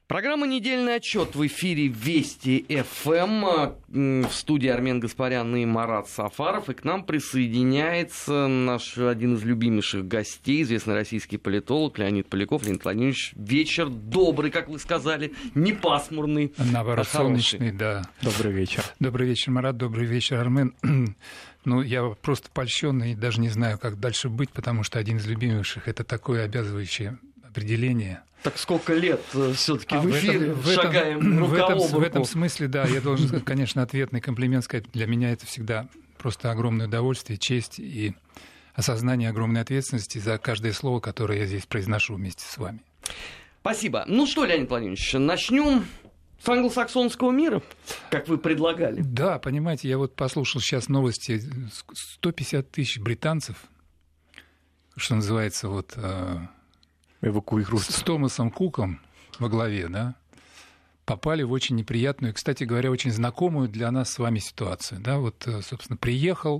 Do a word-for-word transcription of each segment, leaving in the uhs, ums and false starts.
Программа «Недельный отчет» в эфире Вести эф эм. В студии Армен Гаспарян и Марат Сафаров. И к нам присоединяется наш один из любимейших гостей, известный российский политолог Леонид Поляков. Леонид Владимирович, вечер добрый, как вы сказали, не пасмурный, наоборот, а солнечный, да. Добрый вечер. Добрый вечер, Марат, добрый вечер, Армен. Ну, я просто польщенный и даже не знаю, как дальше быть, потому что один из любимейших — это такое обязывающее определение. Так сколько лет все-таки а в эфире в этом, шагаем в рука этом, об руку. В этом смысле, да, я должен, конечно, ответный комплимент сказать. Для меня это всегда просто огромное удовольствие, честь и осознание огромной ответственности за каждое слово, которое я здесь произношу вместе с вами. Спасибо. Ну что, Леонид Владимирович, начнем с англосаксонского мира, как вы предлагали. Да, понимаете, я вот послушал сейчас новости. сто пятьдесят тысяч британцев, что называется, вот... эвакуируются. С Томасом Куком во главе, да, попали в очень неприятную, кстати говоря, очень знакомую для нас с вами ситуацию. Да? Вот, собственно, приехал,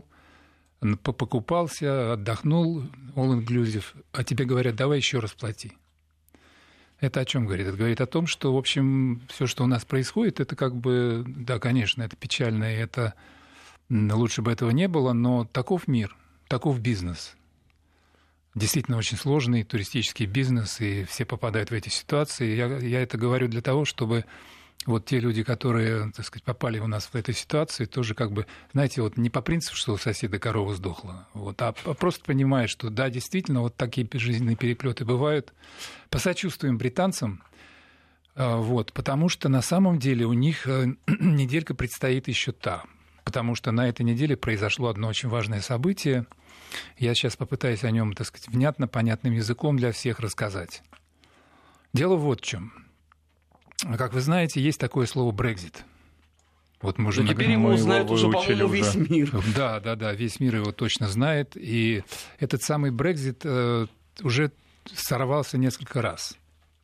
покупался, отдохнул, all-inclusive, а тебе говорят, давай еще раз плати. Это о чем говорит? Это говорит о том, что, в общем, все, что у нас происходит, это как бы, да, конечно, это печально, и это лучше бы этого не было, но таков мир, таков бизнес. Действительно очень сложный туристический бизнес, и все попадают в эти ситуации. Я, я это говорю для того, чтобы вот те люди, которые, так сказать, попали у нас в эту ситуацию, тоже как бы, знаете, вот не по принципу, что у соседа корова сдохла, вот, а просто понимая, что да, действительно, вот такие жизненные переплеты бывают. Посочувствуем британцам, вот, потому что на самом деле у них неделька предстоит еще та, потому что на этой неделе произошло одно очень важное событие. Я сейчас попытаюсь о нем, так сказать, внятно, понятным языком для всех рассказать. Дело вот в чем. Как вы знаете, есть такое слово «Брексит». Вот мы уже Но теперь нагнали... его знает уже, по-моему, весь мир. Да, да, да, весь мир его точно знает. И этот самый Брексит э, уже сорвался несколько раз.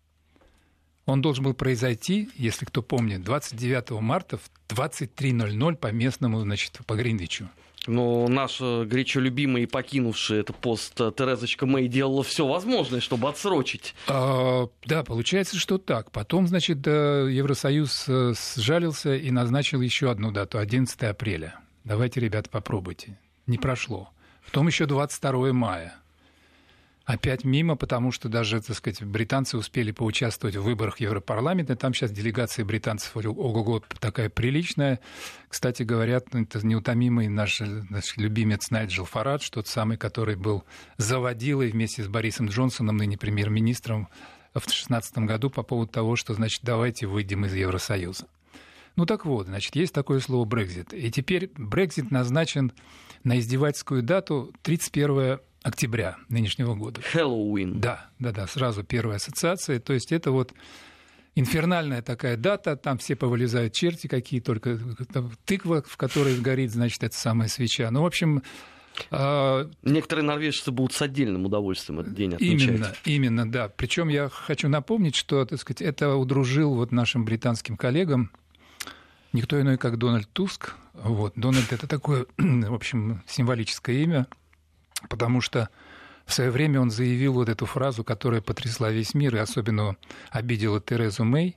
Он должен был произойти, если кто помнит, двадцать девятого марта в двадцать три ноль ноль по местному, значит, по Гринвичу. Но наша горячо любимая и покинувшая этот пост Терезочка Мэй делала все возможное, чтобы отсрочить. А, да, получается, что так. Потом, значит, Евросоюз сжалился и назначил еще одну дату, одиннадцатого апреля. Давайте, ребята, попробуйте. Не прошло. Потом еще двадцать второго мая. Опять мимо, потому что даже, так сказать, британцы успели поучаствовать в выборах Европарламента. Там сейчас делегация британцев, ого-го, такая приличная. Кстати, говорят, это неутомимый наш, наш любимец Найджел Фарадж, тот самый, который был заводилой вместе с Борисом Джонсоном, ныне премьер-министром, в две тысячи шестнадцатом году по поводу того, что, значит, давайте выйдем из Евросоюза. Ну так вот, значит, есть такое слово «Брексит». И теперь Брексит назначен на издевательскую дату тридцать первого октября нынешнего года. Хэллоуин. Да, да, да, сразу первая ассоциация. То есть это вот инфернальная такая дата, там все повылезают черти какие только, тыква, в которой горит, значит, эта самая свеча. Ну, в общем... Некоторые норвежцы будут с отдельным удовольствием этот день отмечать. Именно, именно, да. Причем я хочу напомнить, что, так сказать, это удружил вот нашим британским коллегам никто иной, как Дональд Туск. Вот. Дональд — это такое, в общем, символическое имя, потому что в свое время он заявил вот эту фразу, которая потрясла весь мир и особенно обидела Терезу Мэй,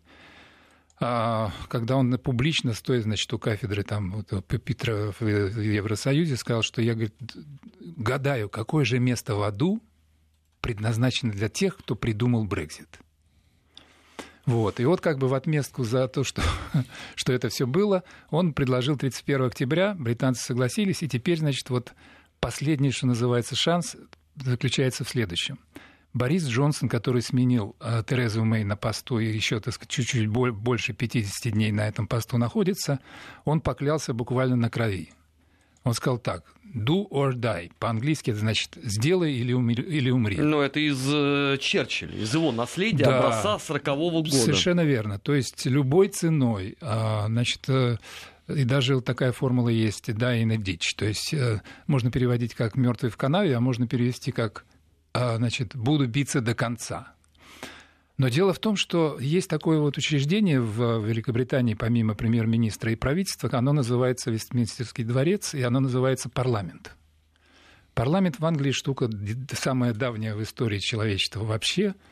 когда он публично, стоя, значит, у кафедры там, вот, Питера в Евросоюзе, сказал, что я, говорит, гадаю, какое же место в аду предназначено для тех, кто придумал Брексит. Вот. И вот как бы в отместку за то, что, что это все было, он предложил тридцать первого октября, британцы согласились, и теперь, значит, вот последний, что называется, шанс заключается в следующем. Борис Джонсон, который сменил э, Терезу Мэй на посту и еще, так сказать, чуть-чуть больше пятьдесят дней на этом посту находится, он поклялся буквально на крови. Он сказал так: «Do or die». По-английски это значит «сделай или умри». Или умри. Но это из э, Черчилля, из его наследия, да, образца сорокового года. Совершенно верно. То есть любой ценой, э, значит... Э, И даже такая формула есть «die in a ditch». То есть э, можно переводить как «мертвый в канаве», а можно перевести как э, значит, «буду биться до конца». Но дело в том, что есть такое вот учреждение в Великобритании, помимо премьер-министра и правительства, оно называется Вестминстерский дворец, и оно называется парламент. Парламент в Англии штука самая давняя в истории человечества вообще.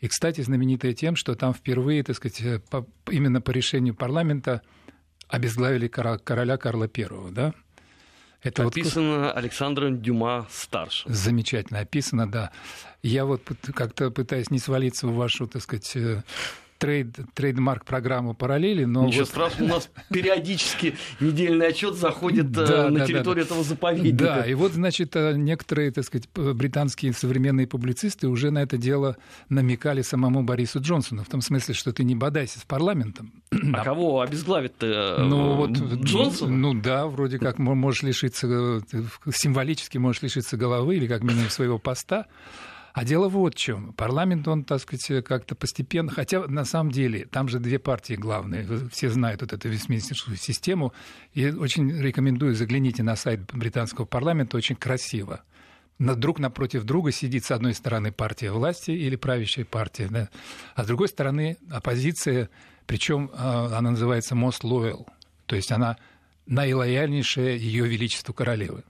И, кстати, знаменитая тем, что там впервые, так сказать, по, именно по решению парламента обезглавили короля Карла Первого, да? Это описано вот... Александром Дюма-старшим. Замечательно описано, да. Я вот как-то пытаюсь не свалиться в вашу, так сказать, трейд, трейдмарк-программу «Параллели», но... Ничего вот... страшного, у нас периодически недельный отчет заходит да, на да, территорию да, этого заповедника. Да, и вот, значит, некоторые, так сказать, британские современные публицисты уже на это дело намекали самому Борису Джонсону, в том смысле, что ты не бодайся с парламентом. А, а кого обезглавит-то? Ну, вот, Джонсон? Ну да, вроде как можешь лишиться, символически можешь лишиться головы или как минимум своего поста. А дело вот в чем. Парламент, он, так сказать, как-то постепенно... Хотя, на самом деле, там же две партии главные. Все знают вот эту вестминстерскую систему. И очень рекомендую, загляните на сайт британского парламента, очень красиво. Друг напротив друга сидит с одной стороны партия власти или правящая партия, да? А с другой стороны оппозиция, причем она называется most loyal, то есть она наилояльнейшая Ее Величеству королевы.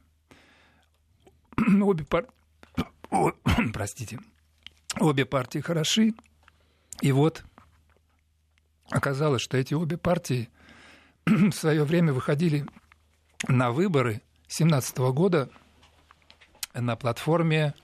Обе партии... Простите, обе партии хороши, и вот оказалось, что эти обе партии в свое время выходили на выборы две тысячи семнадцатого года на платформе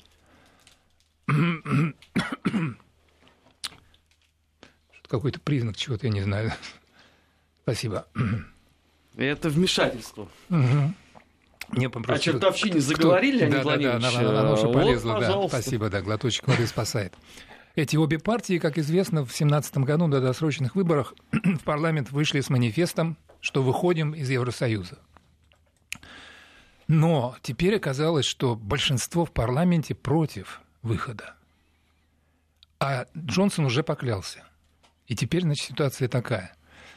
какой-то признак чего-то, я не знаю. Спасибо. Это вмешательство. Угу. Мне о чертовщине заговорили, Леонид Владимирович. Да, да, да, она уже полезла, вот, да. Спасибо, да, глоточек воды спасает. Эти обе партии, как известно, в две тысячи семнадцатом году на досрочных выборах в парламент вышли с манифестом, что выходим из Евросоюза. Но теперь оказалось, что большинство в парламенте против выхода. А Джонсон уже поклялся. И теперь, значит, ситуация такая.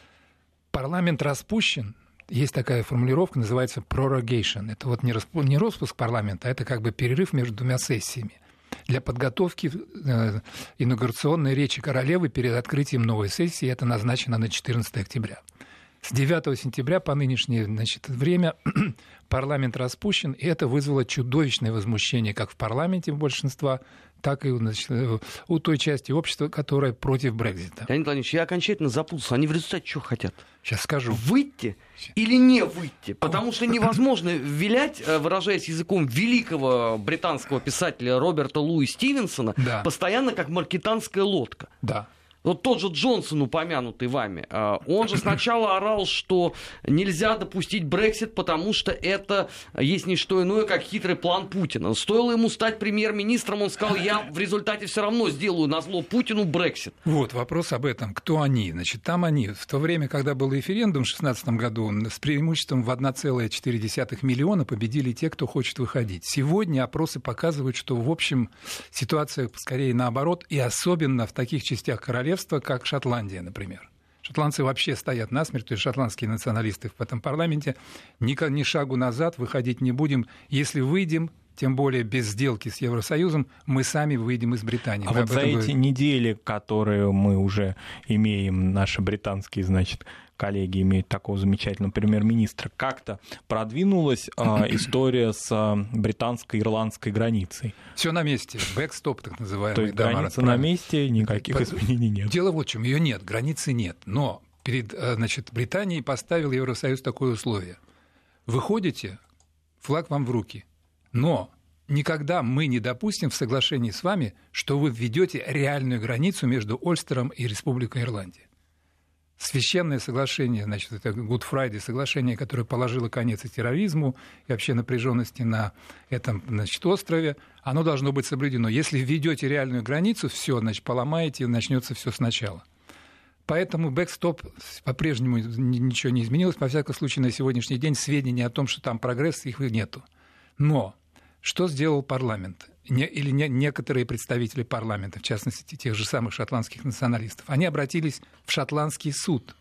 Парламент распущен. Есть такая формулировка, называется prorogation. Это вот не, расп... не распуск парламента, а это как бы перерыв между двумя сессиями для подготовки э, инаугурационной речи королевы перед открытием новой сессии. Это назначено на четырнадцатое октября. С девятого сентября по нынешнее, значит, время парламент распущен, и это вызвало чудовищное возмущение как в парламенте у большинства, так и, значит, у той части общества, которая против Брексита. Леонид Владимирович, я окончательно запутался. Они в результате что хотят? Сейчас скажу. Выйти или не выйти? Потому что невозможно вилять, выражаясь языком великого британского писателя Роберта Луи Стивенсона, да. постоянно как маркетанская лодка. Да. Вот тот же Джонсон, упомянутый вами, он же сначала орал, что нельзя допустить Брексит, потому что это есть не что иное, как хитрый план Путина. Стоило ему стать премьер-министром, он сказал, я в результате все равно сделаю назло Путину Брексит. Вот вопрос об этом. Кто они? Значит, там они. В то время, когда был референдум в две тысячи шестнадцатом году, с преимуществом в один целых четыре десятых миллиона победили те, кто хочет выходить. Сегодня опросы показывают, что, в общем, ситуация скорее наоборот, и особенно в таких частях королевства, как Шотландия, например. Шотландцы вообще стоят насмерть, то есть шотландские националисты в этом парламенте. Ни, ни шагу назад выходить не будем. Если выйдем, тем более без сделки с Евросоюзом, мы сами выйдем из Британии. А мы вот за эти говорим. недели, которые мы уже имеем, наши британские, значит, коллеги имеют такого замечательного премьер-министра, как-то продвинулась э, история с э, британско-ирландской границей. Все на месте, бэкстоп так называемый. То есть да, граница на месте, никаких Под... изменений нет. Дело вот в чем, ее нет, границы нет, но перед, значит, Британией поставил Евросоюз такое условие. Выходите, флаг вам в руки, но никогда мы не допустим в соглашении с вами, что вы введете реальную границу между Ольстером и Республикой Ирландия. Священное соглашение, значит, это Good Friday соглашение, которое положило конец и терроризму, и вообще напряженности на этом, значит, острове, оно должно быть соблюдено. Если введете реальную границу, все, значит, поломаете, и начнется все сначала. Поэтому бэкстоп по-прежнему ничего не изменилось. Во всяком случае, на сегодняшний день сведений о том, что там прогресс, их нету. Но что сделал парламент? Не, или не, некоторые представители парламента, в частности, тех же самых шотландских националистов, они обратились в шотландский суд,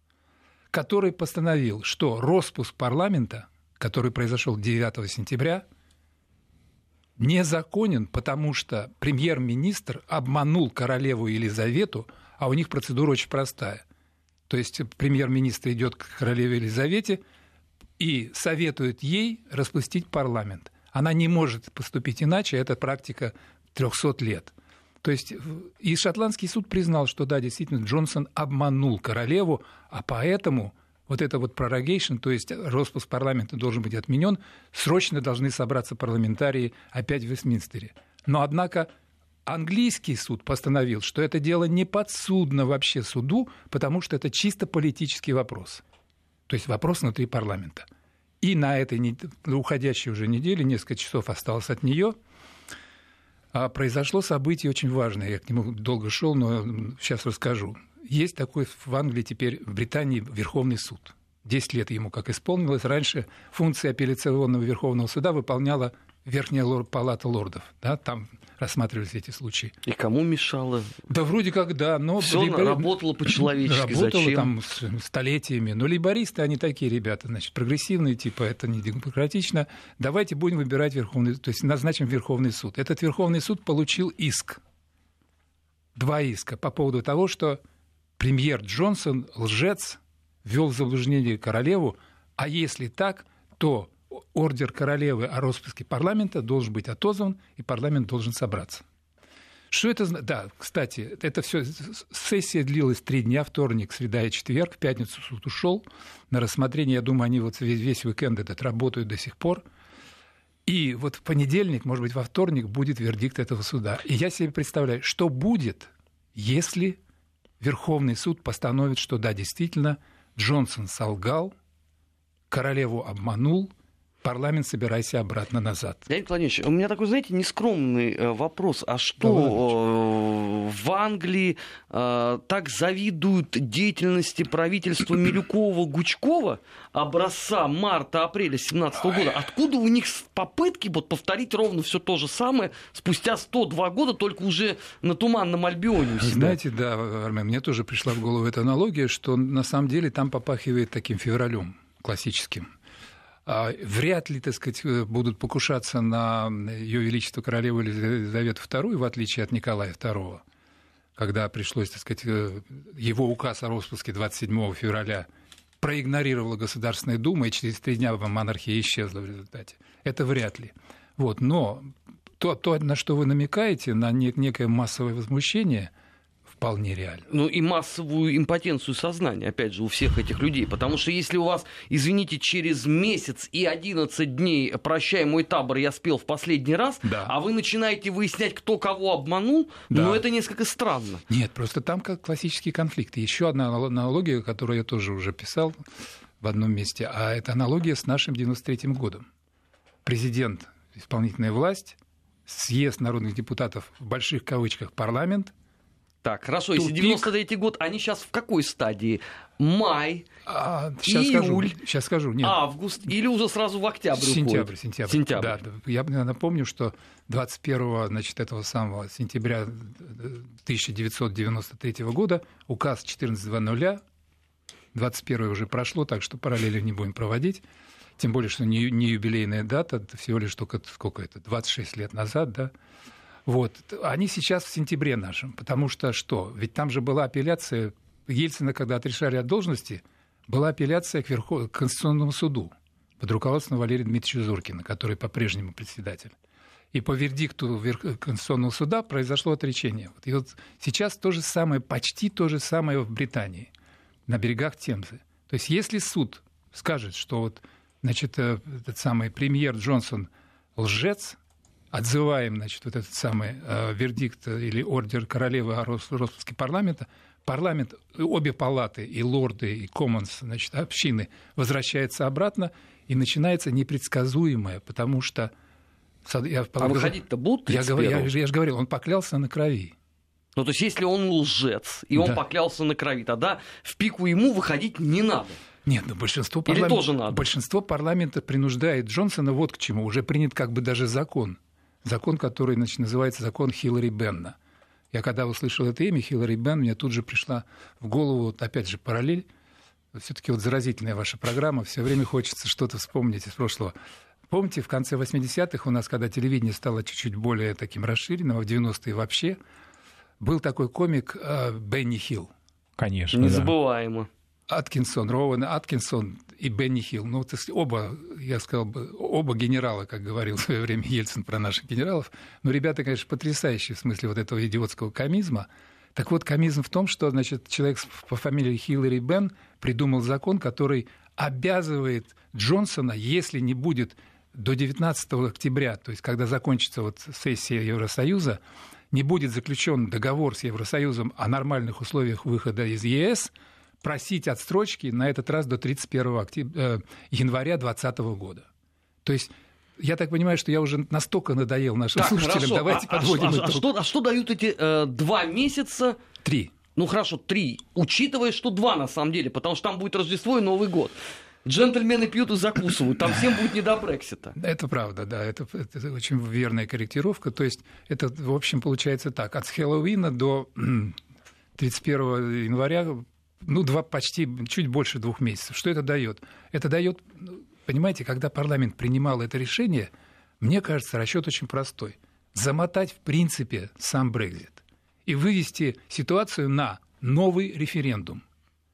который постановил, что роспуск парламента, который произошел девятого сентября, незаконен, потому что премьер-министр обманул королеву Елизавету, а у них процедура очень простая. То есть премьер-министр идет к королеве Елизавете и советует ей распустить парламент. Она не может поступить иначе, это практика трехсот лет. То есть и шотландский суд признал, что да, действительно, Джонсон обманул королеву, а поэтому вот это вот prorogation, то есть распуск парламента должен быть отменен, срочно должны собраться парламентарии опять в Вестминстере. Но, однако, английский суд постановил, что это дело не подсудно вообще суду, потому что это чисто политический вопрос. То есть вопрос внутри парламента. И на этой уходящей уже неделе, несколько часов осталось от нее, произошло событие очень важное. Я к нему долго шел, но сейчас расскажу. Есть такой в Англии теперь, в Британии, Верховный суд. Десять лет ему как исполнилось. Раньше функции апелляционного Верховного суда выполняла Верхняя палата лордов. Да, там рассматривались эти случаи. И кому мешало? Да вроде как да, но... Всё либо... работало по-человечески. Работало Зачем? Там столетиями. Но лейбористы, они такие ребята, значит, прогрессивные, типа, это не демократично. Давайте будем выбирать Верховный... То есть назначим Верховный суд. Этот Верховный суд получил иск. Два иска по поводу того, что премьер Джонсон, лжец, ввел в заблуждение королеву, а если так, то ордер королевы о распуске парламента должен быть отозван, и парламент должен собраться. Что это значит? Да, кстати, это все сессия длилась три дня, вторник, среда и четверг, в пятницу суд ушел на рассмотрение. Я думаю, они вот весь, весь уикенд этот работают до сих пор. И вот в понедельник, может быть, во вторник будет вердикт этого суда. И я себе представляю, что будет, если Верховный суд постановит, что да, действительно, Джонсон солгал, королеву обманул, парламент, собирайся обратно назад. Леонид Владимирович, у меня такой, знаете, нескромный вопрос. А что в Англии э, так завидуют деятельности правительства Милюкова-Гучкова образца марта-апреля семнадцатого года? Откуда у них попытки вот, повторить ровно все то же самое спустя сто два года, только уже на Туманном Альбионе у себя? Знаете, да, Армен, мне тоже пришла в голову эта аналогия, что на самом деле там попахивает таким февралем классическим. Вряд ли, так сказать, будут покушаться на Ее Величество Королеву Елизавету вторую, в отличие от Николая второго, когда пришлось, так сказать, его указ о распуске двадцать седьмого февраля проигнорировала Государственная Дума, и через три дня монархия исчезла в результате. Это вряд ли. Вот. Но то, то, на что вы намекаете, на некое массовое возмущение, вполне реально. Ну и массовую импотенцию сознания, опять же, у всех этих людей. Потому что если у вас, извините, через месяц и одиннадцать дней «Прощай, мой табор, я спел в последний раз», да. а вы начинаете выяснять, кто кого обманул, да. ну это несколько странно. Нет, просто там как классические конфликты. Еще одна аналогия, которую я тоже уже писал в одном месте, а это аналогия с нашим девяносто третьим годом. Президент, исполнительная власть, съезд народных депутатов, в больших кавычках, парламент. Так, хорошо, если Тупик. девяносто третий год, они сейчас в какой стадии? Май, а, сейчас июль, скажу, сейчас скажу. Нет. август или уже сразу в октябрь сентябрь, уходит? сентябрь. Сентябрь. Да, я напомню, что двадцать первого, значит, этого самого сентября тысяча девятьсот девяносто третьего года указ четырнадцать двадцать, двадцать первое уже прошло, так что параллели не будем проводить. Тем более, что не, не юбилейная дата, это всего лишь только, сколько это, двадцать шесть лет назад, да. Вот. Они сейчас в сентябре нашем, потому что что? Ведь там же была апелляция Ельцина, когда отрешали от должности, была апелляция к, Верхов... к Конституционному суду под руководством Валерия Дмитриевича Зуркина, который по-прежнему председатель. И по вердикту Верх... Конституционного суда произошло отречение. Вот. И вот сейчас то же самое, почти то же самое в Британии, на берегах Темзы. То есть если суд скажет, что вот, значит, этот самый премьер Джонсон лжец, отзываем, значит, вот этот самый э, вердикт или ордер королевы о распуске парламента, парламент, обе палаты, и лорды, и коммонс, значит, общины, возвращаются обратно, и начинается непредсказуемое, потому что... Я, а выходить-то будут я, я, я, я же говорил, он поклялся на крови. Ну, то есть, если он лжец, и он да. поклялся на крови, тогда в пику ему выходить не надо. Нет, но большинство, Или парламент... тоже надо? большинство парламента принуждает Джонсона вот к чему. Уже принят как бы даже закон. Закон, который, значит, называется закон Хиллари Бенна. Я когда услышал это имя, Хиллари Бенн, мне тут же пришла в голову, вот, опять же, параллель. Все-таки вот заразительная ваша программа, все время хочется что-то вспомнить из прошлого. Помните, в конце восьмидесятых у нас, когда телевидение стало чуть-чуть более таким расширенным, а в девяностые вообще, был такой комик Бенни Хилл. Конечно, Незабываемо. Да. Аткинсон, Роуэн Аткинсон и Бенни Хилл. Ну, то есть оба, я сказал бы, оба генерала, как говорил в свое время Ельцин про наших генералов. Но ребята, конечно, потрясающие в смысле вот этого идиотского комизма. Так вот, комизм в том, что, значит, человек по фамилии Хиллари Бен придумал закон, который обязывает Джонсона, если не будет до девятнадцатого октября, то есть когда закончится вот сессия Евросоюза, не будет заключен договор с Евросоюзом о нормальных условиях выхода из ЕС, просить отсрочки на этот раз до тридцать первого января двадцатого года. То есть я так понимаю, что я уже настолько надоел нашим так, слушателям. Хорошо. Давайте а, подводим а, итог. А что, а что дают эти э, два месяца? Три. Ну хорошо, три. Учитывая, что два на самом деле, потому что там будет Рождество и Новый год. Джентльмены пьют и закусывают, там всем будет не до Брексита. Это правда, да, это, это очень верная корректировка. То есть это, в общем, получается так, от Хэллоуина до тридцать первого января, ну, два, почти, чуть больше двух месяцев. Что это дает? Это дает, понимаете, когда парламент принимал это решение, мне кажется, расчет очень простой. Замотать, в принципе, сам Брексит и вывести ситуацию на новый референдум.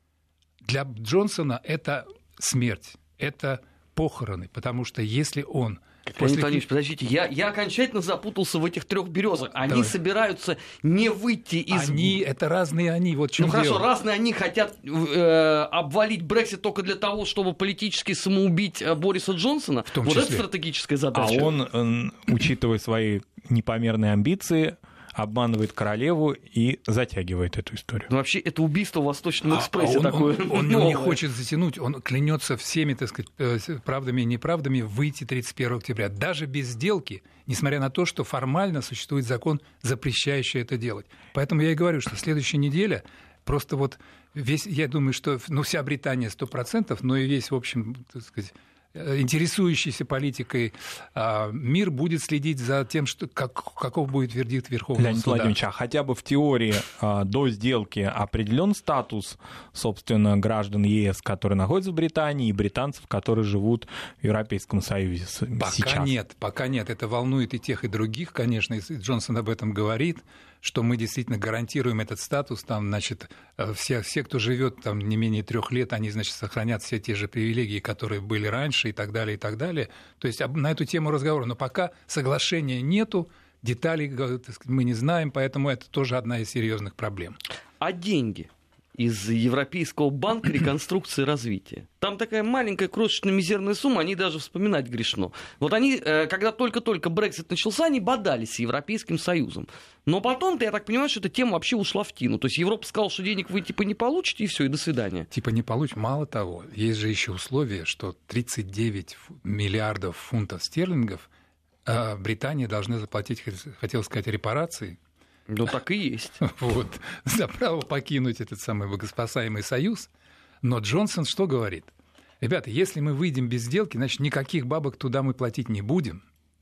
Для Джонсона это смерть, это похороны, потому что если он... Леонид Владимирович, подождите, я, я окончательно запутался в этих трех березах. Они Давай. собираются не выйти из... Они, это разные они, вот в чем Ну хорошо, дело. разные они хотят э, обвалить Брексит только для того, чтобы политически самоубить Бориса Джонсона. В том вот числе. это стратегическая задача. А он, учитывая свои непомерные амбиции, обманывает королеву и затягивает эту историю. Ну, вообще, это убийство в Восточном экспрессе а он, такое. Он, он, он не хочет затянуть, он клянется всеми, так сказать, правдами и неправдами выйти тридцать первого октября, даже без сделки, несмотря на то, что формально существует закон, запрещающий это делать. Поэтому я и говорю, что следующая неделя просто вот весь, я думаю, что ну, вся Британия сто процентов, но и весь, в общем, так сказать, интересующийся политикой а, мир будет следить за тем, что, как, каков будет вердикт Верховного Леонид суда. Владимирович, а хотя бы в теории а, до сделки определен статус, собственно, граждан ЕС, которые находятся в Британии, и британцев, которые живут в Европейском Союзе пока сейчас? Пока нет, пока нет. Это волнует и тех, и других, конечно, и Джонсон об этом говорит, что мы действительно гарантируем этот статус, там, значит, все, все, кто живет там не менее трех лет, они, значит, сохранят все те же привилегии, которые были раньше, и так далее, и так далее. То есть на эту тему разговора. Но пока соглашения нету, деталей мы не знаем, поэтому это тоже одна из серьезных проблем. А деньги из Европейского банка реконструкции и развития. Там такая маленькая, крошечная, мизерная сумма, они даже вспоминать грешно. Вот они, когда только-только Брексит начался, они бодались с Европейским Союзом. Но потом-то, я так понимаю, что эта тема вообще ушла в тину. То есть Европа сказала, что денег вы типа не получите, и все, и до свидания. Типа не получите. Мало того, есть же еще условие, что тридцать девять миллиардов фунтов стерлингов Британия должна заплатить, хотел сказать, репарации. Ну, так и есть. Вот, за право покинуть этот самый богоспасаемый союз. Но Джонсон что говорит? Ребята, если мы выйдем без сделки, значит, никаких бабок туда мы платить не будем.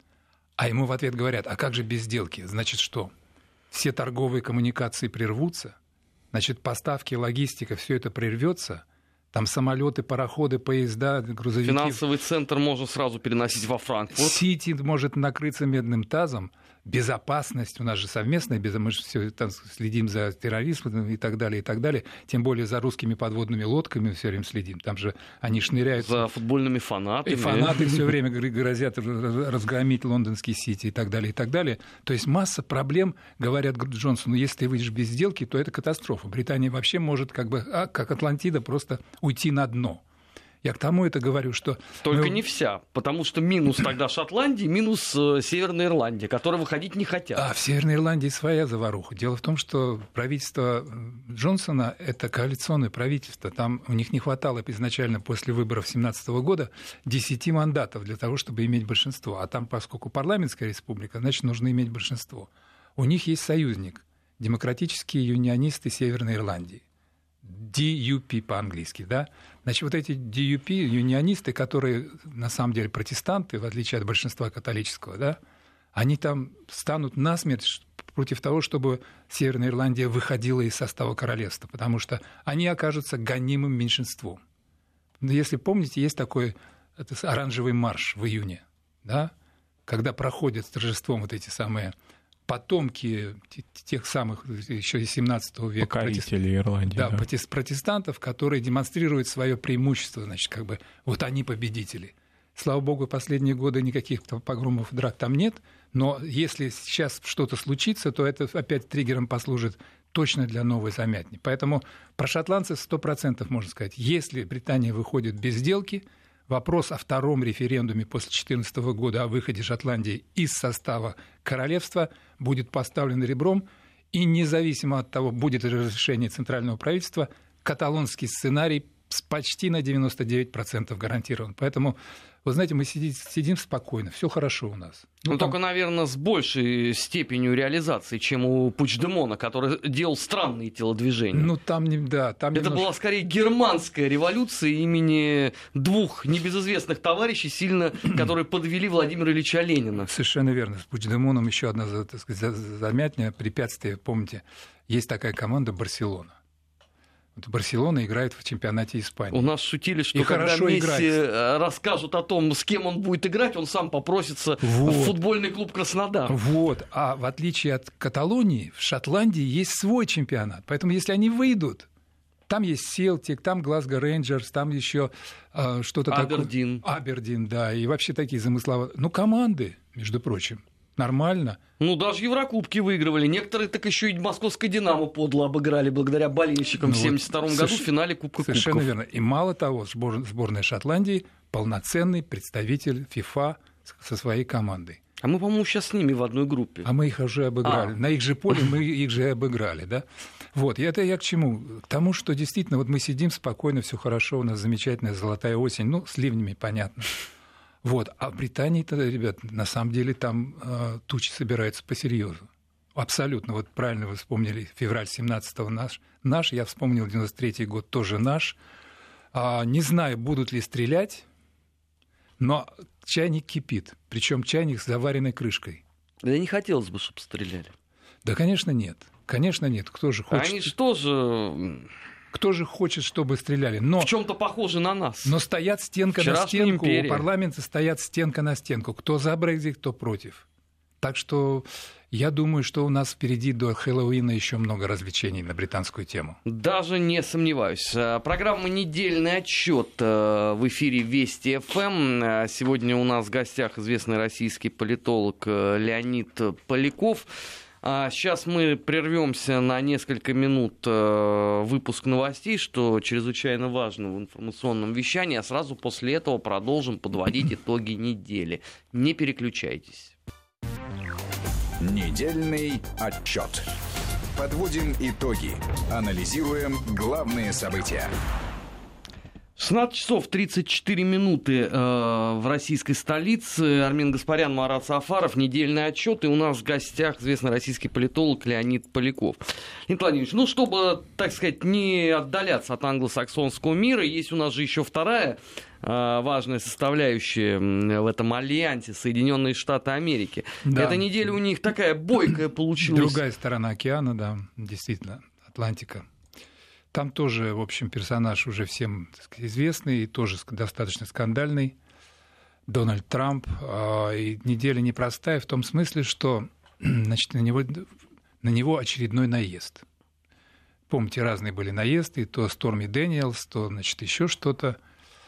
А ему в ответ говорят, а как же без сделки? Значит, что? Все торговые коммуникации прервутся? Значит, поставки, логистика, все это прервется? Там самолеты, пароходы, поезда, грузовики. Финансовый центр можно сразу переносить во Франкфурт. Сити может накрыться медным тазом. Безопасность, у нас же совместная, мы же все там следим за терроризмом и так далее, и так далее. Тем более за русскими подводными лодками все время следим. Там же они шныряют. За футбольными фанатами. И фанаты все время грозят разгромить лондонский Сити и так далее, и так далее. То есть масса проблем, говорят Джонсону, если ты выйдешь без сделки, то это катастрофа. Британия вообще может, как бы, а, как Атлантида, просто уйти на дно. Я к тому это говорю, что... Только мы... не вся, потому что минус тогда Шотландии, минус э, Северная Ирландия, которые выходить не хотят. А в Северной Ирландии своя заваруха. Дело в том, что правительство Джонсона – это коалиционное правительство. Там у них не хватало изначально после выборов две тысячи семнадцатого года десяти мандатов для того, чтобы иметь большинство. А там, поскольку парламентская республика, значит, нужно иметь большинство. У них есть союзник – демократические юнионисты Северной Ирландии. ди ю пи по-английски, да? Значит, вот эти ди ю пи, юнионисты, которые на самом деле протестанты, в отличие от большинства католического, да, они там станут насмерть против того, чтобы Северная Ирландия выходила из состава королевства, потому что они окажутся гонимым меньшинством. Если помните, есть такой это, оранжевый марш в июне, да, когда проходят с торжеством вот эти самые потомки тех самых еще из семнадцатого века покорителей Ирландии, да, да. протестантов, которые демонстрируют свое преимущество, значит, как бы вот они победители. Слава богу, последние годы никаких погромов, драк там нет, но если сейчас что-то случится, то это опять триггером послужит точно для новой замятни. Поэтому про шотландцев сто процентов можно сказать, если Британия выходит без сделки, вопрос о втором референдуме после две тысячи четырнадцатого года о выходе Шотландии из состава королевства будет поставлен ребром, и независимо от того, будет ли разрешение центрального правительства, каталонский сценарий почти на девяносто девять процентов гарантирован. Поэтому, вы знаете, мы сидим, сидим спокойно, все хорошо у нас. Ну, ну там... только, наверное, с большей степенью реализации, чем у Пучдемона, который делал странные телодвижения. Ну, там, не, да, там Это немножко... была скорее германская революция имени двух небезызвестных товарищей, сильно, которые подвели Владимира Ильича Ленина. Совершенно верно. С Пучдемоном еще одна, так сказать, замятня, препятствие. Помните, есть такая команда «Барселона». Вот Барселона играет в чемпионате Испании. У нас шутили, что и когда Месси играет. расскажут о том, с кем он будет играть, он сам попросится вот. в футбольный клуб «Краснодар». Вот. А в отличие от Каталонии, в Шотландии есть свой чемпионат. Поэтому если они выйдут, там есть Селтик, там Глазго Рейнджерс, там еще э, что-то такое. Абердин. Абердин, да. И вообще такие замысловые. Ну, команды, между прочим. Нормально. Ну, даже Еврокубки выигрывали. Некоторые так еще и московское «Динамо» подло обыграли благодаря болельщикам ну, в семьдесят втором вот, году в финале Кубка Кубков. Совершенно верно. И мало того, сборная Шотландии полноценный представитель ФИФА со своей командой. А мы, по-моему, сейчас с ними в одной группе. А мы их уже обыграли. А. На их же поле мы их же обыграли, да? Вот, и это я к чему? К тому, что действительно вот мы сидим спокойно, все хорошо, у нас замечательная золотая осень, ну, с ливнями, понятно. Вот. А в Британии-то, ребят, на самом деле там э, тучи собираются по-серьезу. Абсолютно. Вот правильно вы вспомнили, февраль семнадцатого наш. Наш, я вспомнил, девяносто третий год тоже наш. А, не знаю, будут ли стрелять, но чайник кипит. Причем чайник с заваренной крышкой. Да не хотелось бы, чтобы стреляли. Да, конечно, нет. Конечно, нет. Кто же хочет... Они что же... Кто же хочет, чтобы стреляли? Но, в чем-то похожи на нас. Но стоят стенка на стенку, империя. У парламента стоят стенка на стенку. Кто за Брексит, кто против. Так что я думаю, что у нас впереди до Хэллоуина еще много развлечений на британскую тему. Даже не сомневаюсь. Программа «Недельный отчет» в эфире Вести ФМ. Сегодня у нас в гостях известный российский политолог Леонид Поляков. Сейчас мы прервемся на несколько минут выпуск новостей, что чрезвычайно важно в информационном вещании, а сразу после этого продолжим подводить итоги недели. Не переключайтесь. Недельный отчет. Подводим итоги. Анализируем главные события. шестнадцать часов тридцать четыре минуты э, в российской столице. Армен Гаспарян, Марат Сафаров. Недельный отчет. И у нас в гостях известный российский политолог Леонид Поляков. Леонид Владимирович, ну, чтобы, так сказать, не отдаляться от англосаксонского мира, есть у нас же еще вторая э, важная составляющая в этом альянсе — Соединенные Штаты Америки. Да. Эта неделя у них такая бойкая получилась. Другая сторона океана, да, действительно, Атлантика. Там тоже, в общем, персонаж уже всем, так сказать, известный и тоже достаточно скандальный. Дональд Трамп. И неделя непростая в том смысле, что значит, на него, на него очередной наезд. Помните, разные были наезды. То Сторми Дэниелс, то, значит, еще что-то.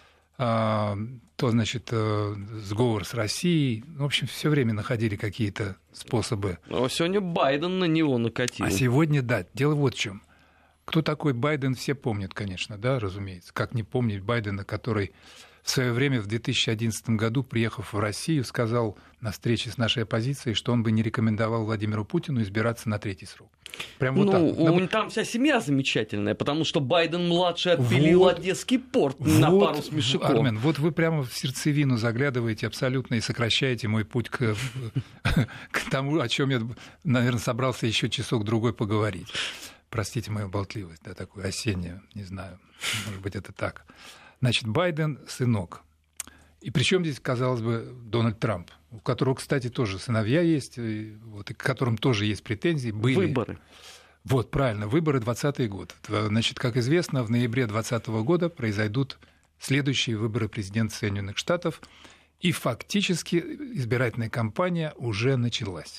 То, значит, сговор с Россией. В общем, все время находили какие-то способы. А сегодня Байден на него накатил. А сегодня, да, дело вот в чем. Кто такой Байден, все помнят, конечно, да, разумеется. Как не помнить Байдена, который в свое время, в две тысячи одиннадцатом году, приехав в Россию, сказал на встрече с нашей оппозицией, что он бы не рекомендовал Владимиру Путину избираться на третий срок. Прям вот ну, так. У, там вся семья замечательная, потому что Байден-младший отпилил вот, Одесский порт вот, на пару с Мишуком. Армен, вот вы прямо в сердцевину заглядываете абсолютно и сокращаете мой путь к, к тому, о чем я, наверное, собрался еще часок-другой поговорить. Простите мою болтливость, да, такую осеннюю, не знаю, может быть, это так. Значит, Байден — сынок. И причем здесь, казалось бы, Дональд Трамп, у которого, кстати, тоже сыновья есть, и, вот, и к которым тоже есть претензии. Были. Выборы. Вот, правильно, выборы двадцатый год. Значит, как известно, в ноябре двадцатого года произойдут следующие выборы президента Соединенных Штатов, и фактически избирательная кампания уже началась.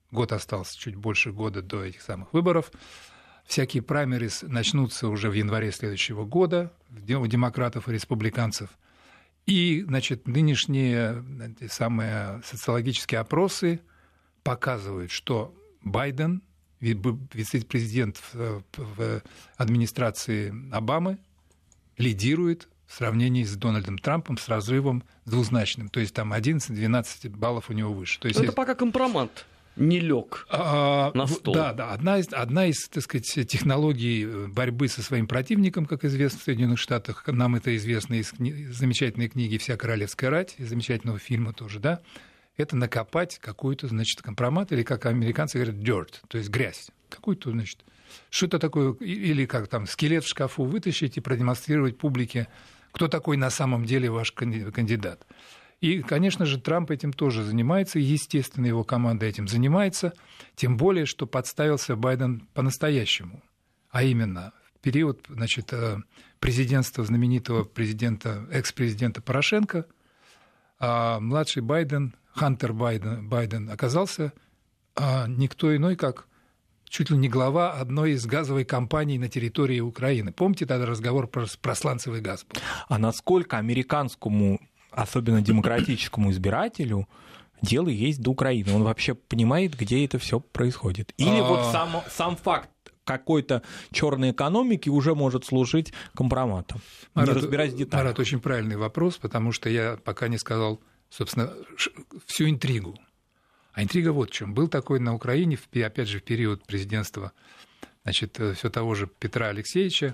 год остался, чуть больше года до этих самых выборов. Всякие праймерис начнутся уже в январе следующего года у демократов и республиканцев. И, значит, нынешние самые социологические опросы показывают, что Байден, вице-президент в администрации Обамы, лидирует в сравнении с Дональдом Трампом с разрывом двузначным. То есть там одиннадцать-двенадцать баллов у него выше. То есть, это если... пока компромат не лег а, на стол. Да, да. Одна из, одна из, так сказать, технологий борьбы со своим противником, как известно в Соединенных Штатах, нам это известно из кни... замечательной книги «Вся королевская рать», из замечательного фильма тоже, да, это накопать какой-то, значит, компромат, или, как американцы говорят, dirt, то есть грязь, какую-то, значит, что-то такое, или как там, скелет в шкафу вытащить и продемонстрировать публике, кто такой на самом деле ваш кандидат. И, конечно же, Трамп этим тоже занимается, и, естественно, его команда этим занимается, тем более, что подставился Байден по-настоящему, а именно в период, значит, президентства знаменитого президента, экс-президента Порошенко, младший Байден, Хантер Байден, Байден оказался никто иной, как чуть ли не глава одной из газовой компаний на территории Украины. Помните тогда разговор про, про сланцевый газ был? А насколько американскому, особенно демократическому избирателю, дело есть до Украины? Он вообще понимает, где это все происходит? Или вот сам, сам факт какой-то черной экономики уже может служить компроматом, Марат, не разбираясь в деталях? Марат, очень правильный вопрос, потому что я пока не сказал, собственно, всю интригу. А интрига вот в чем. Был такой на Украине, опять же, в период президентства, значит, все того же Петра Алексеевича,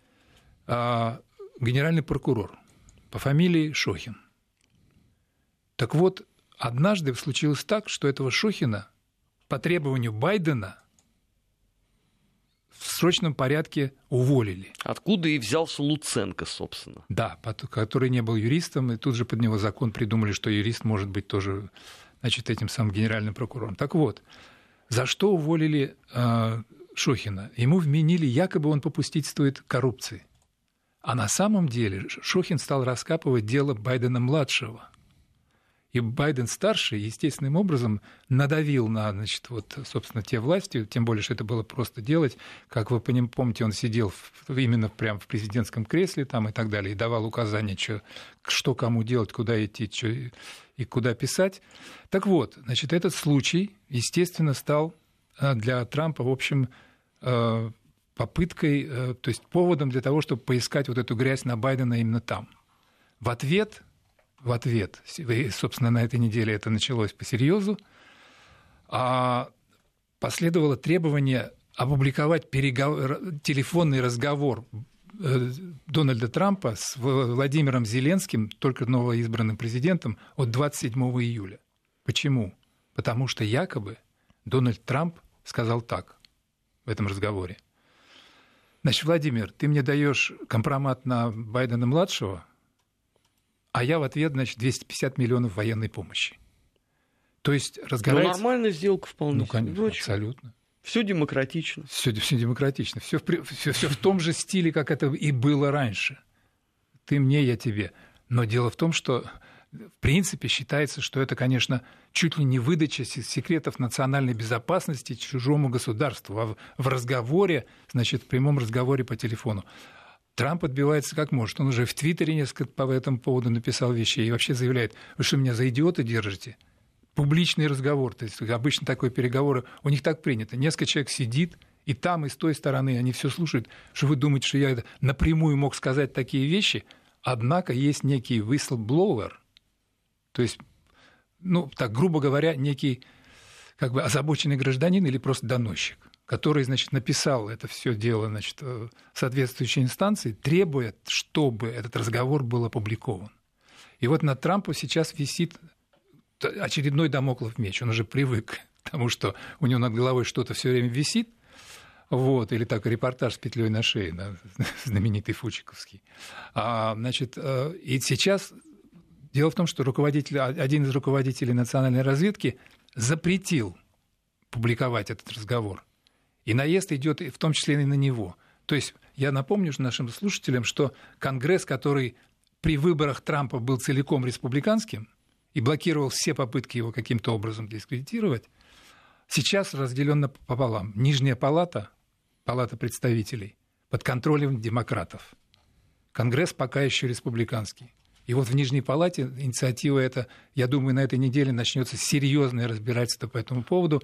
генеральный прокурор по фамилии Шохин. Так вот, однажды случилось так, что этого Шохина по требованию Байдена в срочном порядке уволили. Откуда и взялся Луценко, собственно. Да, который не был юристом, и тут же под него закон придумали, что юрист может быть тоже, значит, этим самым генеральным прокурором. Так вот, за что уволили э, Шохина? Ему вменили, якобы он попустительствует коррупции. А на самом деле Шохин стал раскапывать дело Байдена-младшего. И Байден-старший естественным образом надавил на, значит, вот, собственно, те власти, тем более, что это было просто делать. Как вы помните, он сидел в, именно прямо в президентском кресле там, и так далее, и давал указания, что, что кому делать, куда идти что, и куда писать. Так вот, значит, этот случай, естественно, стал для Трампа, в общем, попыткой, то есть поводом для того, чтобы поискать вот эту грязь на Байдена именно там. В ответ... В ответ, собственно, на этой неделе это началось по-серьезу, последовало требование опубликовать переговор, телефонный разговор Дональда Трампа с Владимиром Зеленским, только новоизбранным президентом, от двадцать седьмого июля. Почему? Потому что якобы Дональд Трамп сказал так в этом разговоре. Значит, Владимир, ты мне даешь компромат на Байдена-младшего, а я в ответ, значит, двести пятьдесят миллионов военной помощи. То есть разгорается... Ну, нормальная сделка вполне. Ну, конечно, абсолютно. Все демократично. Все, все демократично. Все в, все, все в том же стиле, как это и было раньше. Ты мне, я тебе. Но дело в том, что в принципе считается, что это, конечно, чуть ли не выдача секретов национальной безопасности чужому государству. А в, в разговоре, значит, в прямом разговоре по телефону. Трамп отбивается как может. Он уже в Твиттере несколько по этому поводу написал вещей и вообще заявляет: вы что, меня за идиота держите? Публичный разговор, то есть обычно такие переговоры, у них так принято. Несколько человек сидит, и там, и с той стороны они все слушают. Что вы думаете, что я напрямую мог сказать такие вещи? Однако есть некий whistleblower, то есть, ну, так грубо говоря, некий как бы озабоченный гражданин или просто доносчик, который, значит, написал это все дело, значит, соответствующей инстанции, требуя, чтобы этот разговор был опубликован. И вот над Трампом сейчас висит очередной дамоклов меч. Он уже привык к тому, что у него над головой что-то все время висит. Вот, или так, репортаж с петлей на шее, да, знаменитый фучиковский. А, значит, и сейчас дело в том, что руководитель, один из руководителей национальной разведки запретил публиковать этот разговор. И наезд идет в том числе и на него. То есть я напомню нашим слушателям, что Конгресс, который при выборах Трампа был целиком республиканским и блокировал все попытки его каким-то образом дискредитировать, сейчас разделено пополам. Нижняя палата, палата представителей, под контролем демократов. Конгресс пока еще республиканский. И вот в Нижней палате инициатива эта, я думаю, на этой неделе начнется серьезное разбирательство по этому поводу.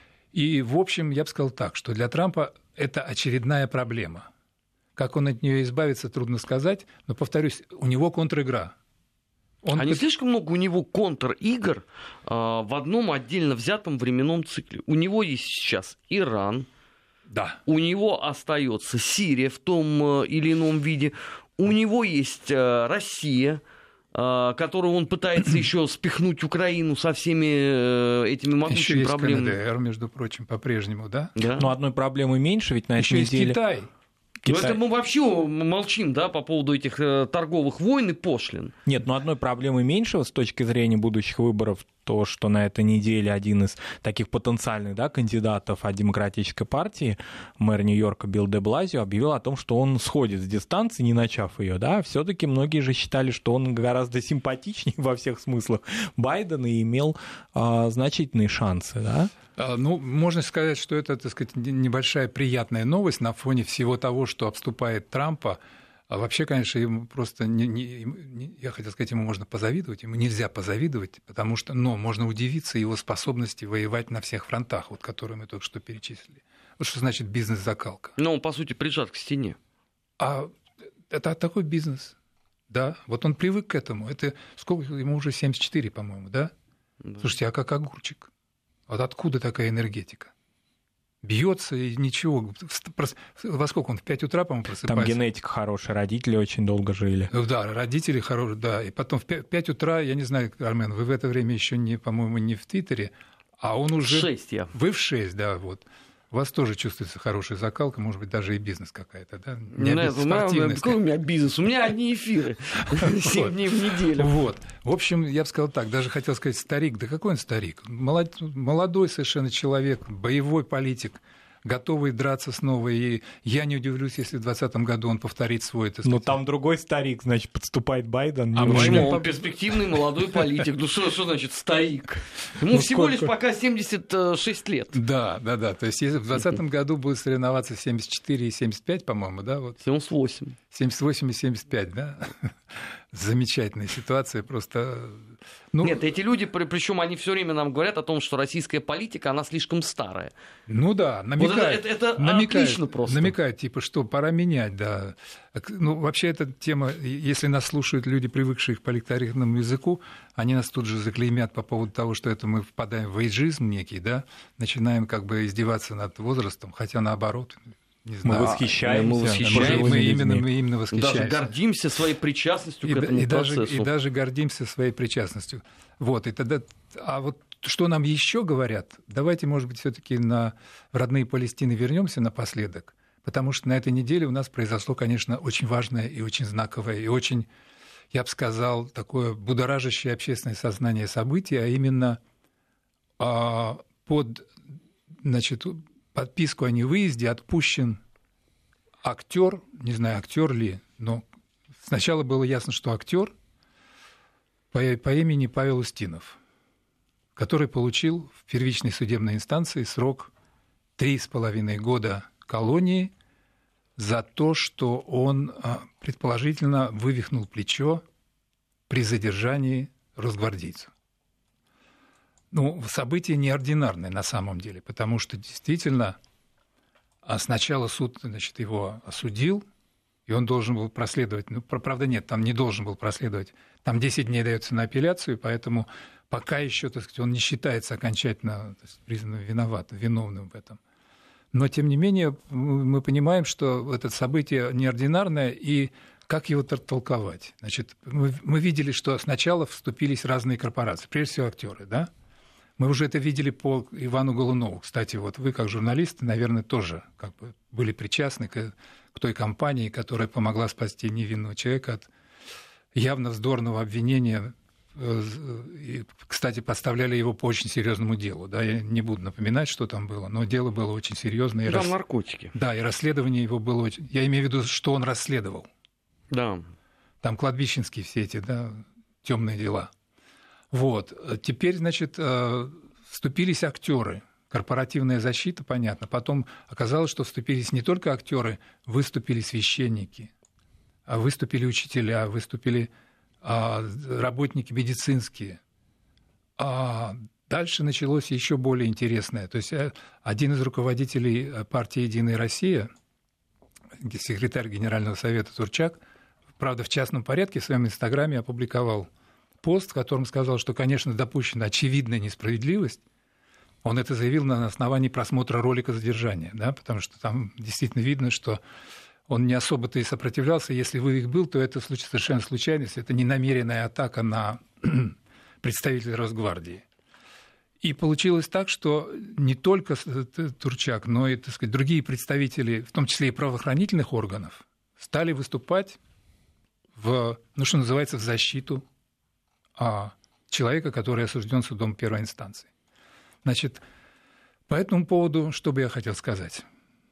И, в общем, я бы сказал так, что для Трампа это очередная проблема. Как он от нее избавится, трудно сказать, но, повторюсь, у него контр-игра. Он... А не слишком много у него контр-игр а, в одном отдельно взятом временном цикле? У него есть сейчас Иран, да. У него остается Сирия в том или ином виде, у него есть а, Россия, а, которую он пытается еще спихнуть Украину со всеми а, этими могучими еще проблемами. Еще есть КНДР, между прочим, по-прежнему, да? Да. Но одной проблемы меньше, ведь на этой еще неделе... есть Китай. Ну, это мы вообще молчим, да, по поводу этих э, торговых войн и пошлин. Нет, но одной проблемы меньше с точки зрения будущих выборов, то, что на этой неделе один из таких потенциальных, да, кандидатов от Демократической партии, мэр Нью-Йорка Билл де Блазио, объявил о том, что он сходит с дистанции, не начав ее, да, все-таки многие же считали, что он гораздо симпатичнее во всех смыслах Байдена и имел а, значительные шансы, да. Ну, можно сказать, что это, так сказать, небольшая приятная новость на фоне всего того, что обступает Трампа. А вообще, конечно, ему просто, не, не, не, я хотел сказать, ему можно позавидовать, ему нельзя позавидовать, потому что, но можно удивиться его способности воевать на всех фронтах, вот, которые мы только что перечислили. Вот что значит бизнес-закалка. Но он, по сути, прижат к стене. А это такой бизнес, да, вот он привык к этому. Это сколько, ему уже семьдесят четыре, по-моему, да? Да. Слушайте, а как огурчик? Вот откуда такая энергетика? Бьется и ничего. Во сколько он? В пять утра, по-моему, просыпается? Там генетика хорошая, родители очень долго жили. Да, родители хорошие, да. И потом в пять утра, я не знаю, Армен, вы в это время еще, не, по-моему, не в Твиттере, а он уже... В шесть я. Вы в шесть, да, вот. У вас тоже чувствуется хорошая закалка, может быть, даже и бизнес какая-то, да? Не Нет, спортивность. Какой у меня бизнес? У меня одни эфиры. Семь дней в неделю. Вот. В общем, я бы сказал так, даже хотел сказать старик. Да какой он старик? Молодой совершенно человек, боевой политик, готовый драться снова. И я не удивлюсь, если в двадцатом году он повторит свой... Но там другой старик, значит, подступает Байден. А почему? Он перспективный молодой политик. Ну что, что значит старик? Ему ну, всего сколько? Лишь пока семьдесят шесть лет. Да, да, да. То есть если в двадцатом году будет соревноваться семьдесят четыре и семьдесят пять, по-моему, да? Вот. семьдесят восемь. семьдесят восемь и семьдесят пять, да? Замечательная ситуация, просто... Ну, нет, эти люди, причем они все время нам говорят о том, что российская политика, она слишком старая. Ну да, намекает. Вот это, это, это намекает, отлично просто. Намекает, типа, что пора менять, да. Ну, вообще эта тема, если нас слушают люди, привыкшие к политкорректному языку, они нас тут же заклеймят по поводу того, что это мы впадаем в эйджизм некий, да, начинаем как бы издеваться над возрастом, хотя наоборот... Не знаю. Мы восхищаемся. Мы, восхищаемся. мы, именно, мы именно восхищаемся. Даже гордимся своей причастностью и, к этому и процессу. Даже, и даже гордимся своей причастностью. Вот, и тогда, а вот что нам еще говорят? Давайте, может быть, все-таки на в родные Палестины вернемся напоследок, потому что на этой неделе у нас произошло, конечно, очень важное и очень знаковое, и очень, я бы сказал, такое будоражащее общественное сознание событие, а именно а, под, значит, подписку о невыезде отпущен актер, не знаю, актер ли, но сначала было ясно, что актер по, по имени Павел Устинов, который получил в первичной судебной инстанции срок три с половиной года колонии за то, что он предположительно вывихнул плечо при задержании росгвардейца. Ну, событие неординарное на самом деле, потому что действительно сначала суд, значит, его осудил, и он должен был проследовать. Ну, правда, нет, там не должен был проследовать. Там десять дней дается на апелляцию, поэтому пока еще, так сказать, он не считается окончательно признанным виноватым, виновным в этом. Но, тем не менее, мы понимаем, что это событие неординарное, и как его толковать? Значит, мы, мы видели, что сначала вступились разные корпорации, прежде всего актеры, да? Мы уже это видели по Ивану Голунову. Кстати, вот вы, как журналисты, наверное, тоже как бы были причастны к, к той кампании, которая помогла спасти невинного человека от явно вздорного обвинения. И, кстати, подставляли его по очень серьезному делу. Да? Я не буду напоминать, что там было, но дело было очень серьезное. Там рас... наркотики. Да, и расследование его было очень... Я имею в виду, что он расследовал. Да. Там кладбищенские все эти, да, темные дела. Вот. Теперь, значит, вступились актеры. корпоративная защита, понятно. Потом оказалось, что вступились не только актеры, выступили священники, а выступили учителя, выступили а, работники медицинские. А дальше началось еще более интересное. То есть один из руководителей партии «Единая Россия», секретарь Генерального совета Турчак, правда, в частном порядке в своем инстаграме опубликовал пост, в котором сказал, что, конечно, допущена очевидная несправедливость. Он это заявил на основании просмотра ролика задержания, да, потому что там действительно видно, что он не особо-то и сопротивлялся. Если вывих был, то это совершенно случайность, это не намеренная атака на представителя Росгвардии. И получилось так, что не только Турчак, но и, так сказать, другие представители, в том числе и правоохранительных органов, стали выступать в, ну, что называется, в защиту а, человека, который осужден судом первой инстанции. Значит, по этому поводу, что бы я хотел сказать?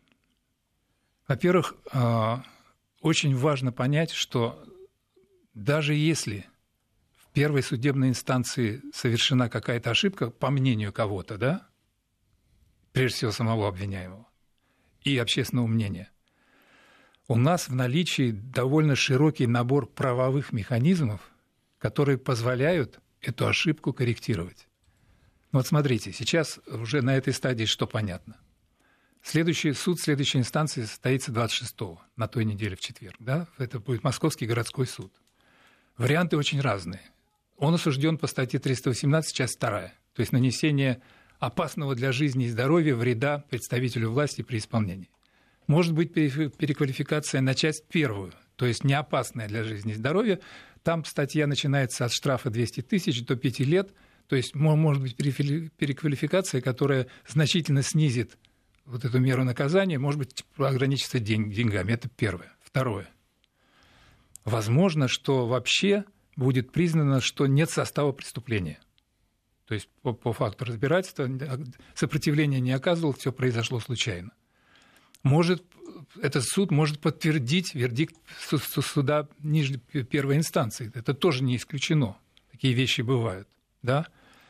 Во-первых, а, очень важно понять, что даже если в первой судебной инстанции совершена какая-то ошибка, по мнению кого-то, да, прежде всего самого обвиняемого и общественного мнения, у нас в наличии довольно широкий набор правовых механизмов, которые позволяют эту ошибку корректировать. Вот смотрите, сейчас уже на этой стадии что понятно. Следующий суд следующей инстанции состоится двадцать шестого, на той неделе в четверг. Да? Это будет Московский городской суд. Варианты очень разные. Он осужден по статье триста восемнадцать, часть вторая, то есть нанесение опасного для жизни и здоровья вреда представителю власти при исполнении. Может быть переквалификация на часть первую, то есть не опасная для жизни и здоровья. Там статья начинается от штрафа двести тысяч до пяти лет, то есть может быть переквалификация, которая значительно снизит вот эту меру наказания, может быть ограничится день, деньгами. Это первое. Второе. Возможно, что вообще будет признано, что нет состава преступления. То есть по, по факту разбирательства сопротивления не оказывал, все произошло случайно. Может, этот суд может подтвердить вердикт суда ниже первой инстанции. Это тоже не исключено. Такие вещи бывают. Да?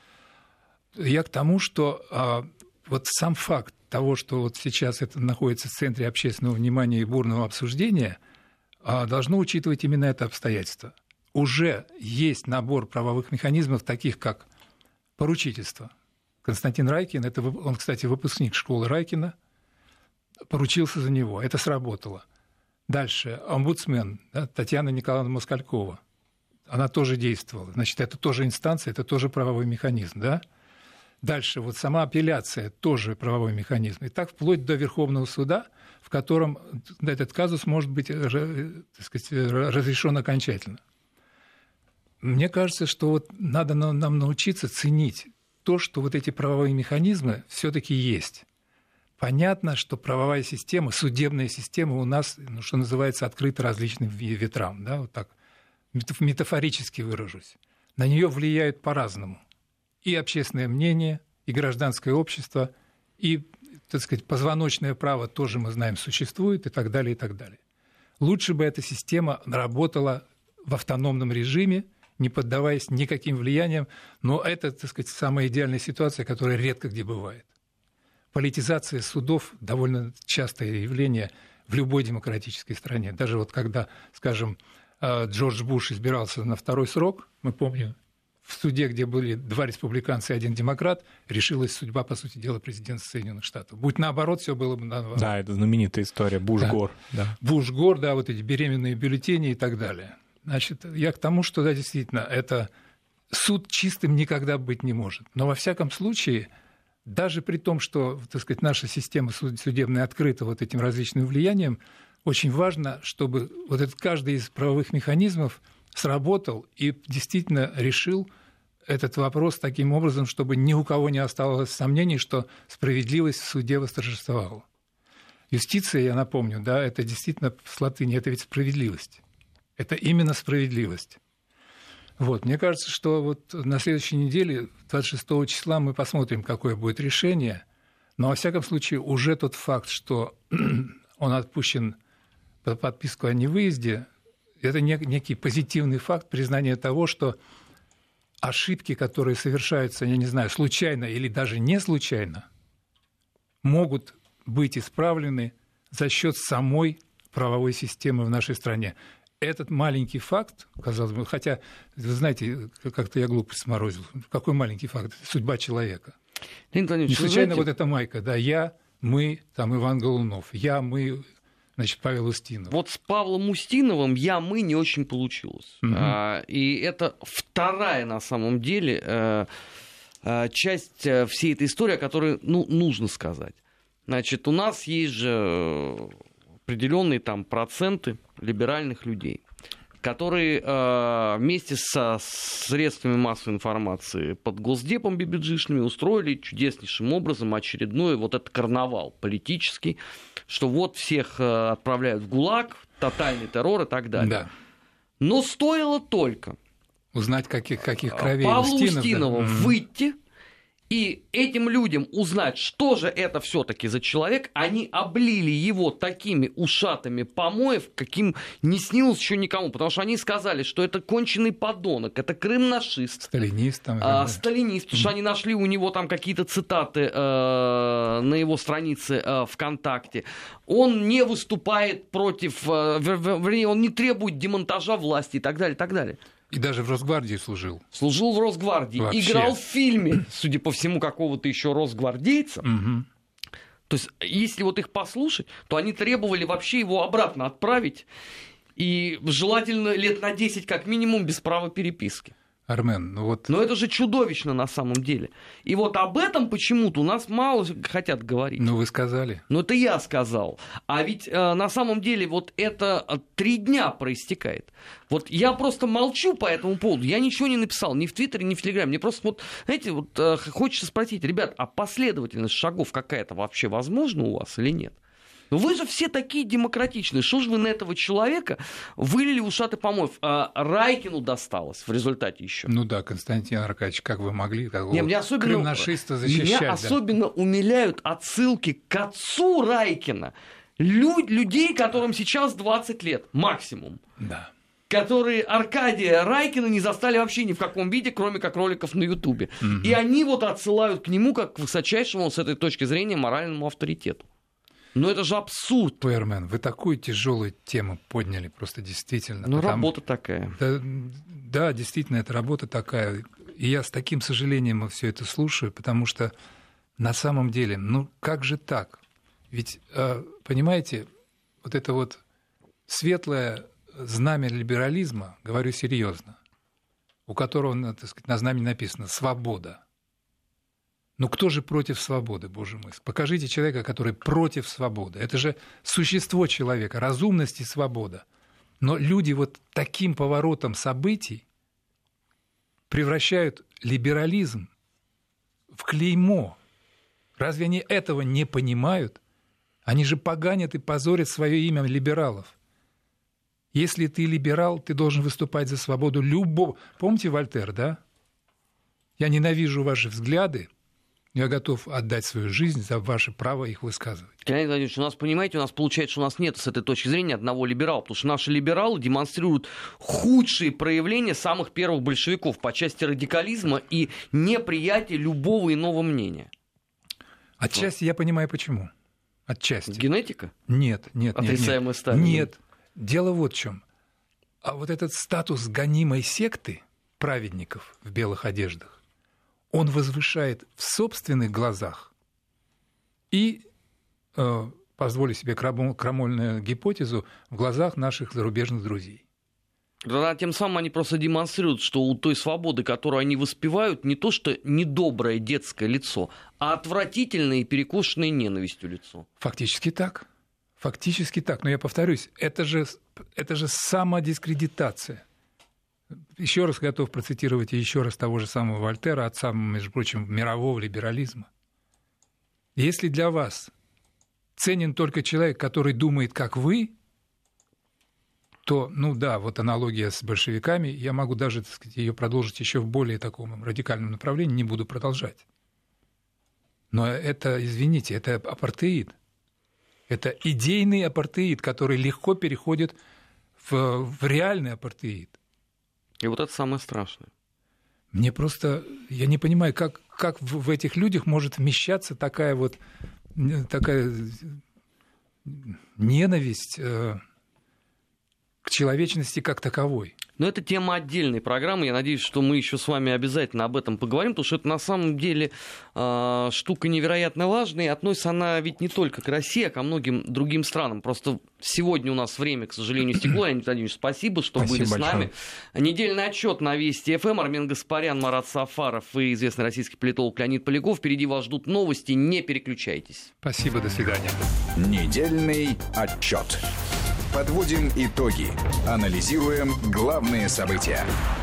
Я к тому, что а, вот сам факт того, что вот сейчас это находится в центре общественного внимания и бурного обсуждения, а, должно учитывать именно это обстоятельство. Уже есть набор правовых механизмов, таких как поручительство. Константин Райкин, это, он, кстати, выпускник школы Райкина, поручился за него. Это сработало. Дальше. Омбудсмен, да, Татьяна Николаевна Москалькова. Она тоже действовала. Значит, это тоже инстанция, это тоже правовой механизм. Да? Дальше. Вот сама апелляция тоже правовой механизм. И так вплоть до Верховного суда, в котором этот казус может быть, так сказать, разрешен окончательно. Мне кажется, что вот надо нам научиться ценить то, что вот эти правовые механизмы все-таки есть. Понятно, что правовая система, судебная система у нас, ну, что называется, открыта различным ветрам, да, вот так метафорически выражусь. На нее влияют по-разному и общественное мнение, и гражданское общество, и, так сказать, позвоночное право тоже, мы знаем, существует, и так далее, и так далее. Лучше бы эта система работала в автономном режиме, не поддаваясь никаким влияниям, но это, так сказать, самая идеальная ситуация, которая редко где бывает. Политизация судов – довольно частое явление в любой демократической стране. Даже вот когда, скажем, Джордж Буш избирался на второй срок, мы помним, в суде, где были два республиканца и один демократ, решилась судьба, по сути дела, президента Соединенных Штатов. Будь наоборот, все было бы наоборот. Да, это знаменитая история Буш-Гор. Да. Да. Буш-Гор, да, вот эти беременные бюллетени и так далее. Значит, я к тому, что, да, действительно, это суд чистым никогда быть не может. Но во всяком случае, даже при том, что, так сказать, наша система судебная открыта вот этим различным влиянием, очень важно, чтобы вот этот каждый из правовых механизмов сработал и действительно решил этот вопрос таким образом, чтобы ни у кого не осталось сомнений, что справедливость в суде восторжествовала. Юстиция, я напомню, да, это действительно с латыни, это ведь справедливость. Это именно справедливость. Вот. Мне кажется, что вот на следующей неделе, двадцать шестого числа, мы посмотрим, какое будет решение. Но, во всяком случае, уже тот факт, что он отпущен под подписку о невыезде, это некий позитивный факт признания того, что ошибки, которые совершаются, я не знаю, случайно или даже не случайно, могут быть исправлены за счет самой правовой системы в нашей стране. Этот маленький факт, казалось бы, хотя, вы знаете, как-то я глупость сморозил. Какой маленький факт? Судьба человека. Не случайно знаете... вот эта майка, да, я, мы, там Иван Голунов, я, мы, значит, Павел Устинов. Вот с Павлом Устиновым я, мы не очень получилось. Угу. А, и это вторая, на самом деле, а, а, часть всей этой истории, о которой, ну, нужно сказать. Значит, у нас есть же определенные там проценты либеральных людей, которые э, вместе со средствами массовой информации под Госдепом бибиджишными устроили чудеснейшим образом очередной вот этот карнавал политический, что вот всех э, отправляют в ГУЛАГ, тотальный террор и так далее. Да. Но стоило только узнать, каких, каких кровей Павлу Устинов, Устинову да? выйти и этим людям узнать, что же это все-таки за человек, они облили его такими ушатами помоев, каким не снилось еще никому. Потому что они сказали, что это конченый подонок, это крымнашист. Сталинист. Там, а, да. Сталинист, потому что они нашли у него там какие-то цитаты э, на его странице э, ВКонтакте. Он не выступает против, э, вернее, он не требует демонтажа власти и так далее, и так далее. И даже в Росгвардии служил. Служил в Росгвардии. Вообще. Играл в фильме, судя по всему, какого-то еще росгвардейца. Угу. То есть, если вот их послушать, то они требовали вообще его обратно отправить. И желательно лет на десять, как минимум, без права переписки. Армен, ну вот... Но это же чудовищно на самом деле. И вот об этом почему-то у нас мало хотят говорить. Ну, вы сказали. Ну, это я сказал. А ведь э, на самом деле вот это три дня проистекает. Вот я просто молчу по этому поводу. Я ничего не написал ни в Твиттере, ни в Телеграме. Мне просто вот, знаете, вот э, хочется спросить, ребят, а последовательность шагов какая-то вообще возможна у вас или нет? Но вы же все такие демократичные. Что же вы на этого человека вылили ушаты помоев? А Райкину досталось в результате еще. Ну да, Константин Аркадьевич, как вы могли как не, меня особенно, крымнашиста защищать? Меня да. особенно умиляют отсылки к отцу Райкина. Лю- людей, которым сейчас двадцать лет максимум. Да. Которые Аркадия Райкина не застали вообще ни в каком виде, кроме как роликов на Ютубе. Угу. И они вот отсылают к нему как к высочайшему с этой точки зрения моральному авторитету. Но это же абсурд. Пуэрмен, вы такую тяжелую тему подняли, просто действительно. Ну, потому... работа такая. Да, да, действительно, это работа такая. И я с таким сожалением все это слушаю, потому что на самом деле, ну как же так? Ведь, понимаете, вот это вот светлое знамя либерализма, говорю серьезно, у которого, так сказать, на знамени написано «свобода». Ну кто же против свободы, боже мой? Покажите человека, который против свободы. Это же существо человека, разумность и свобода. Но люди вот таким поворотом событий превращают либерализм в клеймо. Разве они этого не понимают? Они же поганят и позорят свое имя либералов. Если ты либерал, ты должен выступать за свободу любого. Помните Вольтер, да? Я ненавижу ваши взгляды. Я готов отдать свою жизнь за ваше право их высказывать. Леонид Владимирович, у нас, понимаете, у нас получается, что у нас нет с этой точки зрения одного либерала, потому что наши либералы демонстрируют худшие проявления самых первых большевиков по части радикализма и неприятия любого иного мнения. Отчасти я понимаю, почему. Отчасти. Генетика? Нет, нет, нет. Отрицаемый Сталин? Нет. Дело вот в чем. А вот этот статус гонимой секты праведников в белых одеждах, он возвышает в собственных глазах и, э, позволю себе крамольную гипотезу, в глазах наших зарубежных друзей. Да, тем самым они просто демонстрируют, что у той свободы, которую они воспевают, не то что недоброе детское лицо, а отвратительное и перекошенное ненавистью лицо. Фактически так. Фактически так. Но я повторюсь, это же, это же самодискредитация. Еще раз готов процитировать еще раз того же самого Вольтера, отца, между прочим, мирового либерализма. Если для вас ценен только человек, который думает, как вы, то, ну да, вот аналогия с большевиками, я могу даже, так сказать, ее продолжить еще в более таком радикальном направлении, не буду продолжать. Но это, извините, это апартеид. Это идейный апартеид, который легко переходит в, в реальный апартеид. И вот это самое страшное. Мне просто... Я не понимаю, как, как в, в этих людях может вмещаться такая вот такая ненависть к человечности как таковой. Но это тема отдельной программы. Я надеюсь, что мы еще с вами обязательно об этом поговорим, потому что это на самом деле э, штука невероятно важная. И относится она ведь не только к России, а ко многим другим странам. Просто сегодня у нас время, к сожалению, стекло. Леонид Владимирович, спасибо, что спасибо были с большое. Нами. Недельный отчет на Вести ФМ. Армен Гаспарян, Марат Сафаров и известный российский политолог Леонид Поляков. Впереди вас ждут новости. Не переключайтесь. Спасибо, до свидания. Недельный отчет. Подводим итоги. Анализируем главные события.